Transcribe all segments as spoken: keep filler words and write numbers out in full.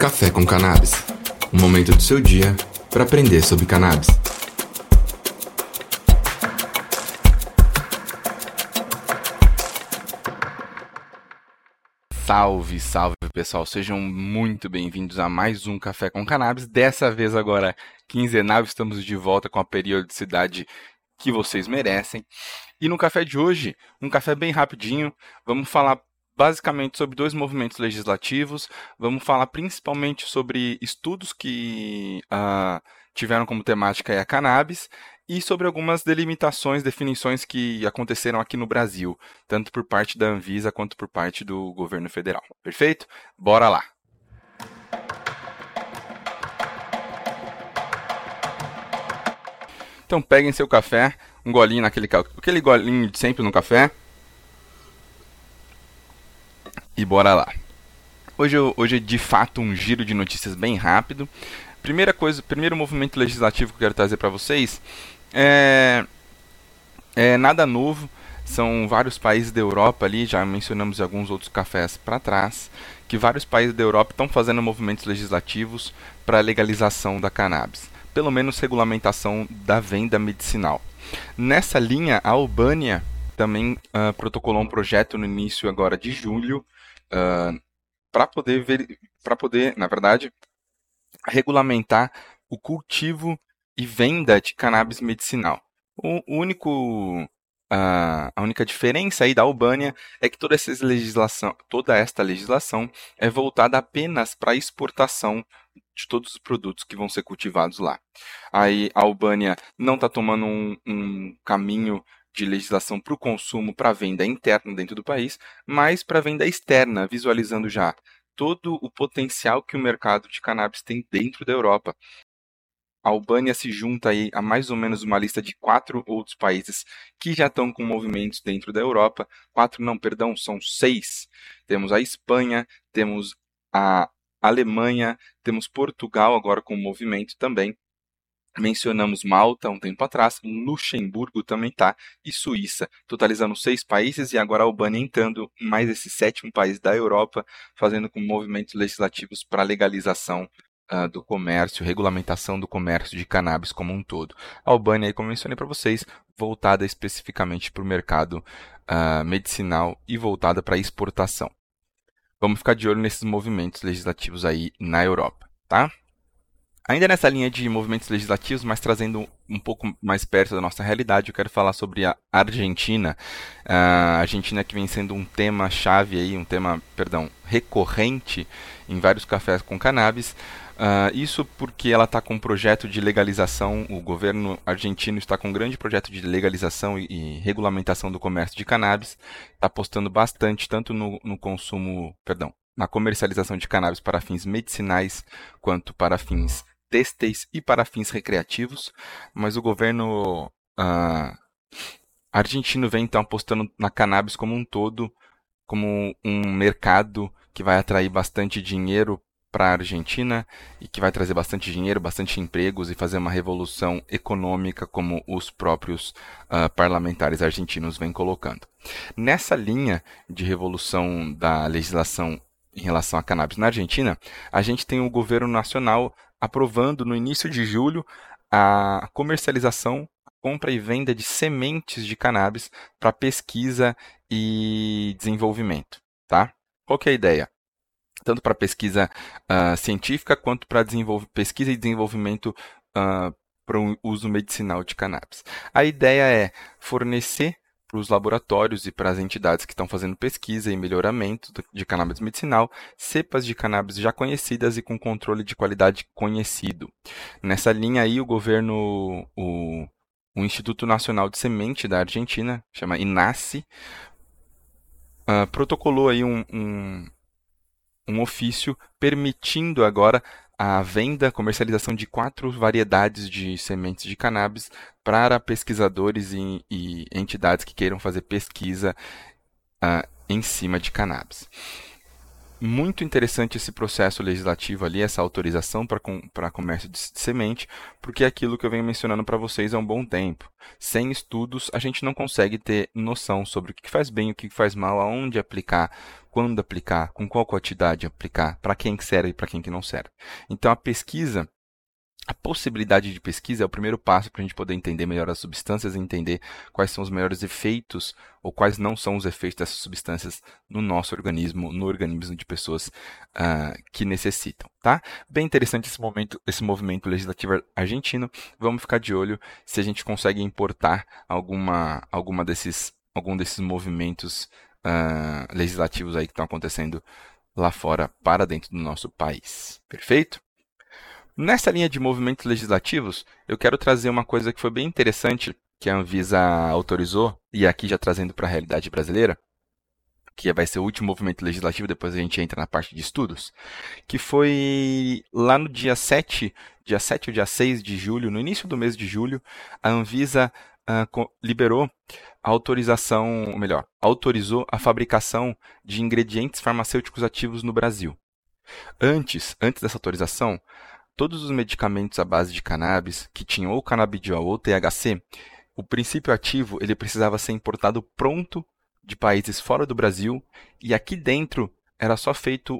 Café com Cannabis, um momento do seu dia para aprender sobre cannabis. Salve, salve pessoal, sejam muito bem-vindos a mais um Café com Cannabis, dessa vez agora quinzenal, estamos de volta com a periodicidade que vocês merecem. E no café de hoje, um café bem rapidinho, vamos falar basicamente sobre dois movimentos legislativos, vamos falar principalmente sobre estudos que uh, tiveram como temática a cannabis e sobre algumas delimitações, definições que aconteceram aqui no Brasil, tanto por parte da Anvisa quanto por parte do governo federal. Perfeito? Bora lá! Então peguem seu café, um golinho naquele aquele golinho de sempre no café. E bora lá. Hoje, hoje é de fato um giro de notícias bem rápido. Primeira coisa, primeiro movimento legislativo que eu quero trazer para vocês é, é nada novo. São vários países da Europa ali, já mencionamos alguns outros cafés para trás, que vários países da Europa estão fazendo movimentos legislativos para a legalização da cannabis, pelo menos regulamentação da venda medicinal. Nessa linha, a Albânia também uh, protocolou um projeto no início agora de julho uh, para poder ver, para poder, na verdade, regulamentar o cultivo e venda de cannabis medicinal. O, o único Uh, a única diferença aí da Albânia é que toda essa legislação, toda esta legislação é voltada apenas para a exportação de todos os produtos que vão ser cultivados lá. Aí a Albânia não está tomando um, um caminho de legislação para o consumo, para a venda interna dentro do país, mas para a venda externa, visualizando já todo o potencial que o mercado de cannabis tem dentro da Europa. A Albânia se junta aí a mais ou menos uma lista de quatro outros países que já estão com movimentos dentro da Europa. Quatro não, perdão, são seis. Temos a Espanha, temos a Alemanha, temos Portugal agora com movimento também. Mencionamos Malta um tempo atrás, Luxemburgo também está, e Suíça, totalizando seis países, e agora a Albânia entrando mais esse sétimo país da Europa, fazendo com movimentos legislativos para legalização Uh, do comércio, regulamentação do comércio de cannabis como um todo. A Albânia, como eu mencionei para vocês, voltada especificamente para o mercado uh, medicinal e voltada para a exportação. Vamos ficar de olho nesses movimentos legislativos aí na Europa, tá? Ainda nessa linha de movimentos legislativos, mas trazendo um pouco mais perto da nossa realidade, eu quero falar sobre a Argentina. A Argentina que vem sendo um tema-chave aí, um tema, perdão, recorrente em vários cafés com cannabis. Uh, isso porque ela está com um projeto de legalização, o governo argentino está com um grande projeto de legalização e, e regulamentação do comércio de cannabis, está apostando bastante tanto no, no consumo, perdão, na comercialização de cannabis para fins medicinais, quanto para fins têxteis e para fins recreativos, mas o governo uh, argentino vem então apostando na cannabis como um todo, como um mercado que vai atrair bastante dinheiro para a Argentina e que vai trazer bastante dinheiro, bastante empregos e fazer uma revolução econômica como os próprios uh, parlamentares argentinos vêm colocando. Nessa linha de revolução da legislação em relação à cannabis na Argentina, a gente tem o governo nacional aprovando no início de julho a comercialização, compra e venda de sementes de cannabis para pesquisa e desenvolvimento, tá? Qual que é a ideia? Tanto para pesquisa uh, científica quanto para pesquisa e desenvolvimento uh, para o uso medicinal de cannabis. A ideia é fornecer para os laboratórios e para as entidades que estão fazendo pesquisa e melhoramento de cannabis medicinal, cepas de cannabis já conhecidas e com controle de qualidade conhecido. Nessa linha aí, o governo, o, o Instituto Nacional de Semente da Argentina, chama INASE, uh, protocolou aí um, um um ofício permitindo agora a venda, comercialização de quatro variedades de sementes de cannabis para pesquisadores e, e entidades que queiram fazer pesquisa uh, em cima de cannabis. Muito interessante esse processo legislativo ali, essa autorização para com, para comércio de semente, porque é aquilo que eu venho mencionando para vocês há um bom tempo. Sem estudos, a gente não consegue ter noção sobre o que faz bem, o que faz mal, aonde aplicar, quando aplicar, com qual quantidade aplicar, para quem que serve e para quem que não serve. Então, a pesquisa, a possibilidade de pesquisa é o primeiro passo para a gente poder entender melhor as substâncias e entender quais são os melhores efeitos ou quais não são os efeitos dessas substâncias no nosso organismo, no organismo de pessoas uh, que necessitam, tá? Bem interessante esse momento, esse movimento legislativo argentino. Vamos ficar de olho se a gente consegue importar alguma, alguma desses, algum desses movimentos uh, legislativos aí que estão acontecendo lá fora para dentro do nosso país. Perfeito? Nessa linha de movimentos legislativos, eu quero trazer uma coisa que foi bem interessante, que a Anvisa autorizou, e aqui já trazendo para a realidade brasileira, que vai ser o último movimento legislativo, depois a gente entra na parte de estudos, que foi lá no dia sete, dia sete ou dia seis de julho, no início do mês de julho, a Anvisa uh, liberou a autorização, ou melhor, autorizou a fabricação de ingredientes farmacêuticos ativos no Brasil. Antes, antes dessa autorização, todos os medicamentos à base de cannabis, que tinham ou canabidiol ou T H C, o princípio ativo ele precisava ser importado pronto de países fora do Brasil, e aqui dentro era só feito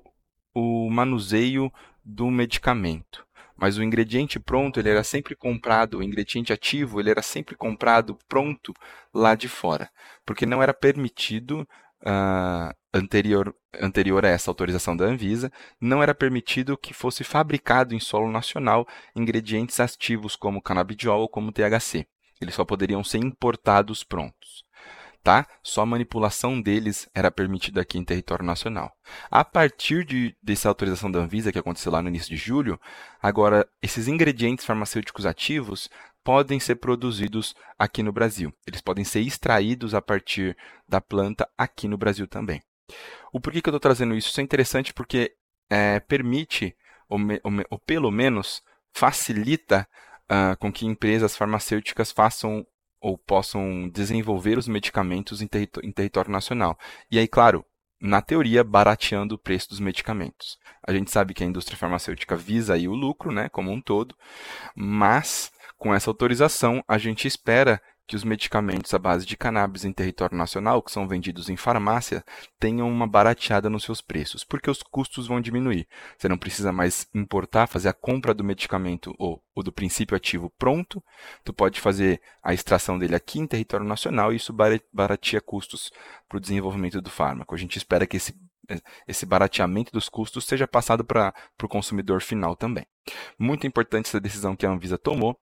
o manuseio do medicamento. Mas o ingrediente pronto ele era sempre comprado, o ingrediente ativo ele era sempre comprado pronto lá de fora, porque não era permitido Uh, anterior, anterior a essa autorização da Anvisa, não era permitido que fosse fabricado em solo nacional ingredientes ativos como canabidiol ou como T H C. Eles só poderiam ser importados prontos. Tá? Só a manipulação deles era permitida aqui em território nacional. A partir de, dessa autorização da Anvisa, que aconteceu lá no início de julho, agora esses ingredientes farmacêuticos ativos podem ser produzidos aqui no Brasil. Eles podem ser extraídos a partir da planta aqui no Brasil também. O porquê que eu estou trazendo isso? Isso é interessante porque é, permite, ou, me, ou, me, ou pelo menos facilita uh, com que empresas farmacêuticas façam ou possam desenvolver os medicamentos em, terri em território nacional. E aí, claro, na teoria, barateando o preço dos medicamentos. A gente sabe que a indústria farmacêutica visa aí o lucro, né, como um todo, mas com essa autorização, a gente espera que os medicamentos à base de cannabis em território nacional, que são vendidos em farmácia, tenham uma barateada nos seus preços, porque os custos vão diminuir. Você não precisa mais importar, fazer a compra do medicamento ou, ou do princípio ativo pronto, tu pode fazer a extração dele aqui em território nacional e isso barateia custos para o desenvolvimento do fármaco. A gente espera que esse, esse barateamento dos custos seja passado para o consumidor final também. Muito importante essa decisão que a Anvisa tomou.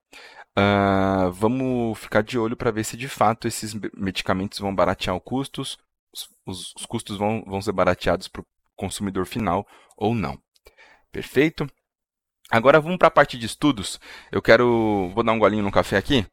Uh, vamos ficar de olho para ver se de fato esses medicamentos vão baratear os custos, os, os custos vão, vão ser barateados para o consumidor final ou não. Perfeito? Agora vamos para a parte de estudos. Eu quero, vou dar um golinho no café aqui.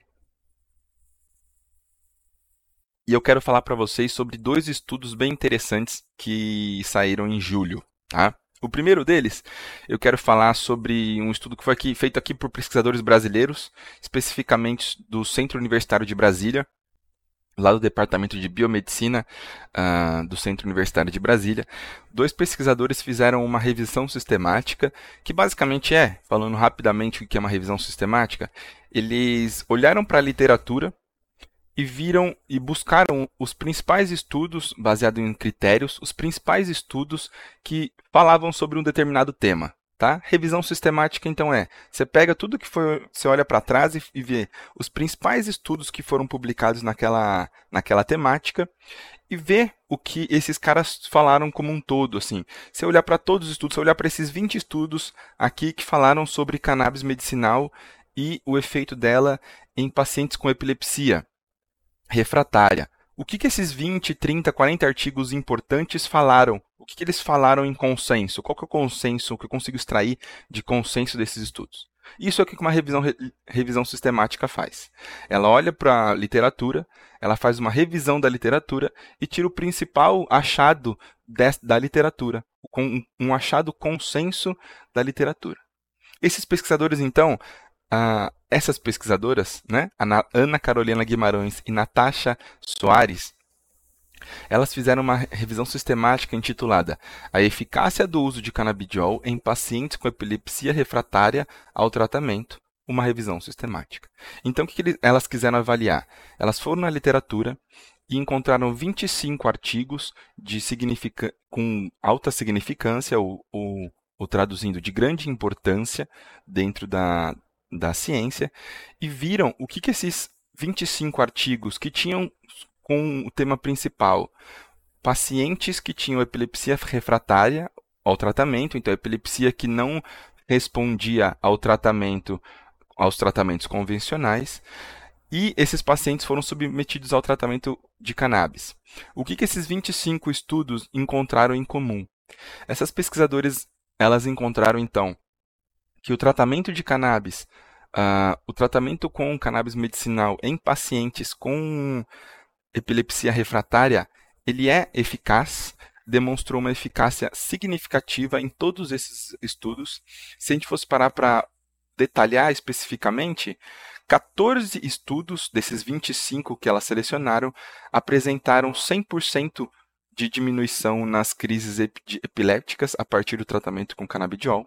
E eu quero falar para vocês sobre dois estudos bem interessantes que saíram em julho, tá? O primeiro deles, eu quero falar sobre um estudo que foi aqui, feito aqui por pesquisadores brasileiros, especificamente do Centro Universitário de Brasília, lá do Departamento de Biomedicina uh, do Centro Universitário de Brasília. Dois pesquisadores fizeram uma revisão sistemática, que basicamente é, falando rapidamente o que é uma revisão sistemática, eles olharam para a literatura e viram e buscaram os principais estudos, baseados em critérios, os principais estudos que falavam sobre um determinado tema. Tá? Revisão sistemática, então, é, você pega tudo que foi, você olha para trás e, e vê os principais estudos que foram publicados naquela, naquela temática e vê o que esses caras falaram como um todo. Assim. Você olhar para todos os estudos, você olhar para esses vinte estudos aqui que falaram sobre cannabis medicinal e o efeito dela em pacientes com epilepsia refratária. O que, que esses vinte, trinta, quarenta artigos importantes falaram? O que, que eles falaram em consenso? Qual que é o consenso que eu consigo extrair de consenso desses estudos? Isso é o que uma revisão, revisão sistemática faz. Ela olha para a literatura, ela faz uma revisão da literatura e tira o principal achado des, da literatura, um, um achado consenso da literatura. Esses pesquisadores, então, Uh, essas pesquisadoras, né, a Ana Carolina Guimarães e Natasha Soares, Elas fizeram uma revisão sistemática intitulada A Eficácia do Uso de Canabidiol em Pacientes com Epilepsia Refratária ao Tratamento, uma revisão sistemática. Então, o que que elas quiseram avaliar? Elas foram na literatura e encontraram vinte e cinco artigos de significa... com alta significância, ou, ou, ou traduzindo, de grande importância dentro da, da ciência, e viram o que, que esses vinte e cinco artigos que tinham com o tema principal, pacientes que tinham epilepsia refratária ao tratamento, então epilepsia que não respondia ao tratamento, aos tratamentos convencionais, e esses pacientes foram submetidos ao tratamento de cannabis. O que, que esses vinte e cinco estudos encontraram em comum? Essas pesquisadoras, elas encontraram, então, que o tratamento de cannabis, uh, o tratamento com cannabis medicinal em pacientes com epilepsia refratária, ele é eficaz, demonstrou uma eficácia significativa em todos esses estudos. Se a gente fosse parar para detalhar especificamente, quatorze estudos desses vinte e cinco que elas selecionaram apresentaram cem por cento de diminuição nas crises ep- epilépticas a partir do tratamento com canabidiol.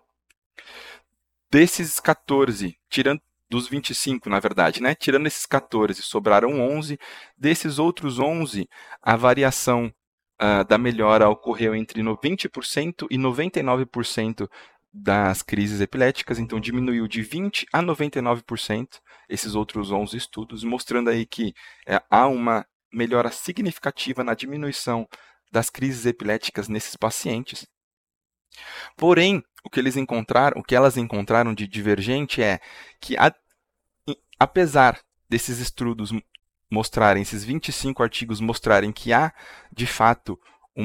Desses quatorze, tirando dos vinte e cinco, na verdade, né? Tirando esses quatorze, sobraram onze. Desses outros onze, a variação uh, da melhora ocorreu entre vinte por cento e noventa e nove por cento das crises epiléticas, então diminuiu de vinte por cento a noventa e nove por cento esses outros onze estudos, mostrando aí que é, há uma melhora significativa na diminuição das crises epiléticas nesses pacientes. Porém, o que eles encontraram, o que elas encontraram de divergente é que, a, apesar desses estudos mostrarem, esses vinte e cinco artigos mostrarem que há de fato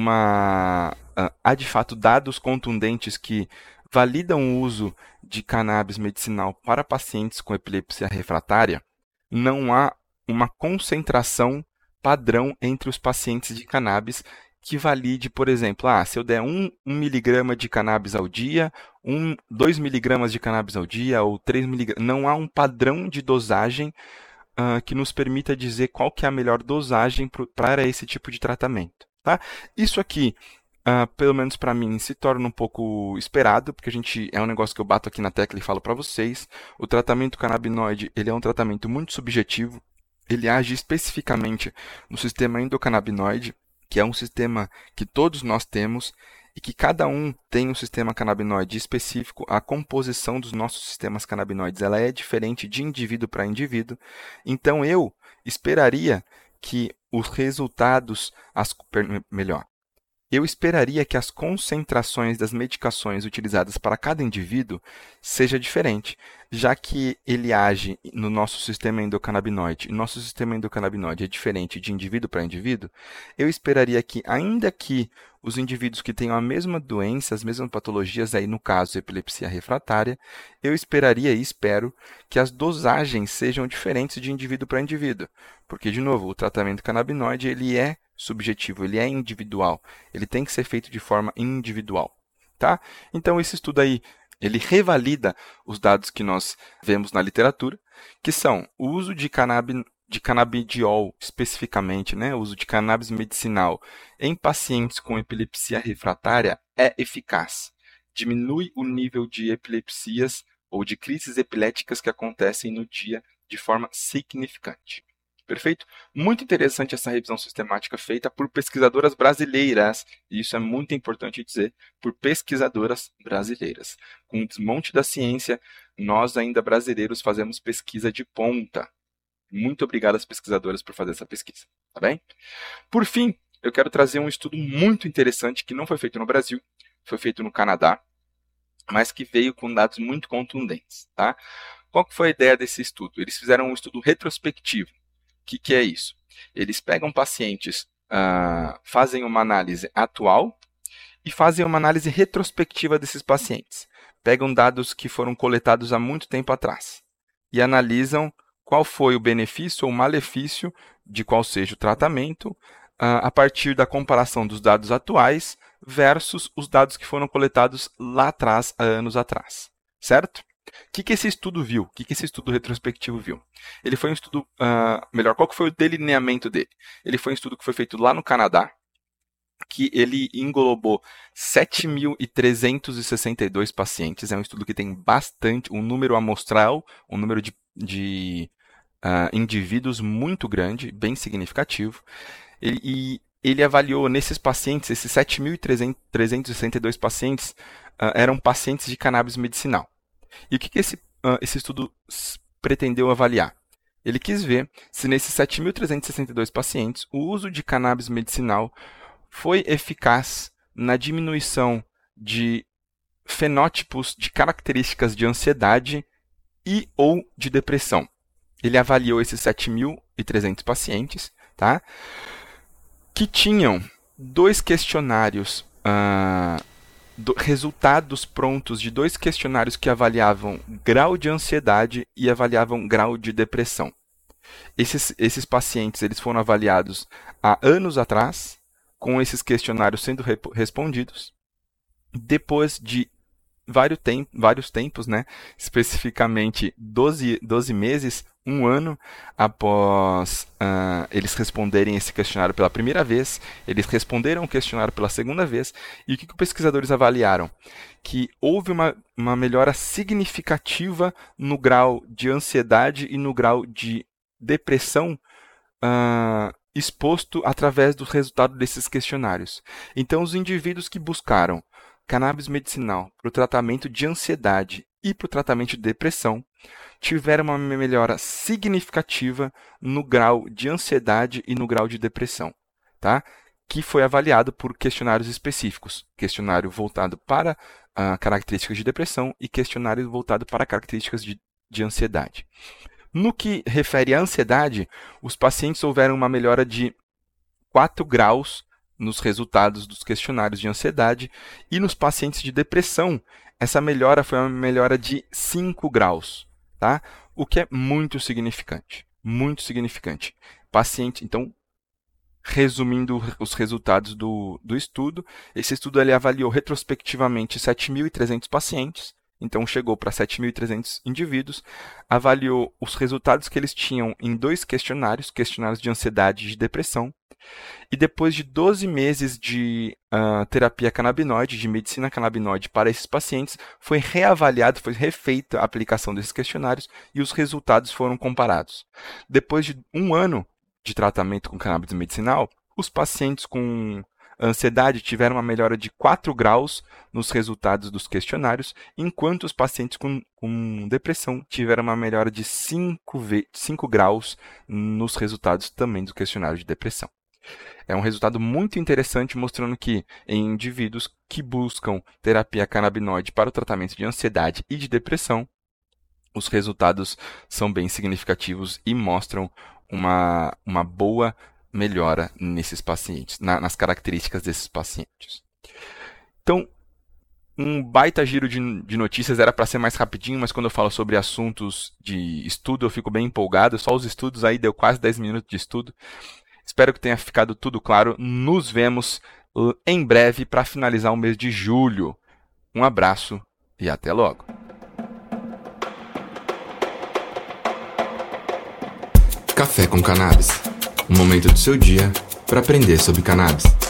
uma há de fato dados contundentes que validam o uso de cannabis medicinal para pacientes com epilepsia refratária, não há uma concentração padrão entre os pacientes de cannabis que valide, por exemplo, ah, se eu der um, um miligrama de cannabis ao dia, um, dois miligramas de cannabis ao dia, ou três miligramas. Não há um padrão de dosagem uh, que nos permita dizer qual que é a melhor dosagem pro, para esse tipo de tratamento. Tá? Isso aqui, uh, pelo menos para mim, se torna um pouco esperado, porque a gente, é um negócio que eu bato aqui na tecla e falo para vocês. O tratamento canabinoide ele é um tratamento muito subjetivo, ele age especificamente no sistema endocannabinoide, que é um sistema que todos nós temos e que cada um tem um sistema canabinoide específico. A composição dos nossos sistemas canabinoides ela é diferente de indivíduo para indivíduo. Então, eu esperaria que os resultados, as, melhor, eu esperaria que as concentrações das medicações utilizadas para cada indivíduo seja diferente, já que ele age no nosso sistema endocannabinoide, e nosso sistema endocannabinoide é diferente de indivíduo para indivíduo. Eu esperaria que, ainda que os indivíduos que tenham a mesma doença, as mesmas patologias, aí no caso epilepsia refratária, eu esperaria e espero que as dosagens sejam diferentes de indivíduo para indivíduo, porque, de novo, o tratamento canabinoide ele é subjetivo, ele é individual, ele tem que ser feito de forma individual, tá? Então esse estudo aí, ele revalida os dados que nós vemos na literatura, que são o uso de, cannab... de canabidiol especificamente, né? O uso de cannabis medicinal em pacientes com epilepsia refratária é eficaz, diminui o nível de epilepsias ou de crises epiléticas que acontecem no dia de forma significante. Perfeito? Muito interessante essa revisão sistemática feita por pesquisadoras brasileiras, e isso é muito importante dizer, por pesquisadoras brasileiras. Com o desmonte da ciência, nós ainda brasileiros fazemos pesquisa de ponta. Muito obrigado às pesquisadoras por fazer essa pesquisa, tá bem? Por fim, eu quero trazer um estudo muito interessante que não foi feito no Brasil, foi feito no Canadá, mas que veio com dados muito contundentes, tá? Qual que foi a ideia desse estudo? Eles fizeram um estudo retrospectivo. O que, que é isso? Eles pegam pacientes, uh, fazem uma análise atual e fazem uma análise retrospectiva desses pacientes. Pegam dados que foram coletados há muito tempo atrás e analisam qual foi o benefício ou malefício de qual seja o tratamento uh, a partir da comparação dos dados atuais versus os dados que foram coletados lá atrás, há anos atrás. Certo? que, que esse estudo viu? O que, que esse estudo retrospectivo viu? Ele foi um estudo, uh, melhor, qual que foi o delineamento dele? Ele foi um estudo que foi feito lá no Canadá, que ele englobou sete mil trezentos e sessenta e dois pacientes. É um estudo que tem bastante, um número amostral, um número de, de uh, indivíduos muito grande, bem significativo. Ele, e ele avaliou nesses pacientes, esses sete mil trezentos e sessenta e dois pacientes uh, eram pacientes de cannabis medicinal. E o que, que esse, uh, esse estudo pretendeu avaliar? Ele quis ver se nesses sete mil trezentos e sessenta e dois pacientes o uso de cannabis medicinal foi eficaz na diminuição de fenótipos de características de ansiedade e ou de depressão. Ele avaliou esses sete mil e trezentos pacientes, tá? Que tinham dois questionários, uh, do, resultados prontos de dois questionários que avaliavam grau de ansiedade e avaliavam grau de depressão. Esses, esses pacientes eles foram avaliados há anos atrás, com esses questionários sendo rep- respondidos, depois de vários, tem- vários tempos, né? Especificamente doze, doze meses, um ano após uh, eles responderem esse questionário pela primeira vez, eles responderam o questionário pela segunda vez, e o que, que os pesquisadores avaliaram? Que houve uma, uma melhora significativa no grau de ansiedade e no grau de depressão uh, exposto através do resultado desses questionários. Então, os indivíduos que buscaram cannabis medicinal para o tratamento de ansiedade e para o tratamento de depressão tiveram uma melhora significativa no grau de ansiedade e no grau de depressão, tá? Que foi avaliado por questionários específicos. Questionário voltado para uh, características de depressão e questionário voltado para características de, de ansiedade. No que refere à ansiedade, os pacientes houveram uma melhora de quatro graus nos resultados dos questionários de ansiedade, e nos pacientes de depressão, essa melhora foi uma melhora de cinco graus, tá? O que é muito significante, muito significante. Paciente, então, resumindo os resultados do, do estudo, esse estudo ele avaliou retrospectivamente sete mil e trezentos pacientes, então chegou para sete mil e trezentos indivíduos, avaliou os resultados que eles tinham em dois questionários, questionários de ansiedade e de depressão, e depois de doze meses de uh, terapia canabinoide, de medicina canabinoide para esses pacientes, foi reavaliado, foi refeita a aplicação desses questionários e os resultados foram comparados. Depois de um ano de tratamento com cannabis medicinal, os pacientes com ansiedade tiveram uma melhora de quatro graus nos resultados dos questionários, enquanto os pacientes com, com depressão tiveram uma melhora de cinco, cinco graus nos resultados também do questionário de depressão. É um resultado muito interessante, mostrando que em indivíduos que buscam terapia canabinoide para o tratamento de ansiedade e de depressão, os resultados são bem significativos e mostram uma, uma boa melhora nesses pacientes, na, nas características desses pacientes. Então, um baita giro de, de notícias, era para ser mais rapidinho, mas quando eu falo sobre assuntos de estudo, eu fico bem empolgado. Só os estudos aí deu quase dez minutos de estudo. Espero que tenha ficado tudo claro. Nos vemos em breve para finalizar o mês de julho. Um abraço e até logo. Café com Cannabis. Um momento do seu dia para aprender sobre cannabis.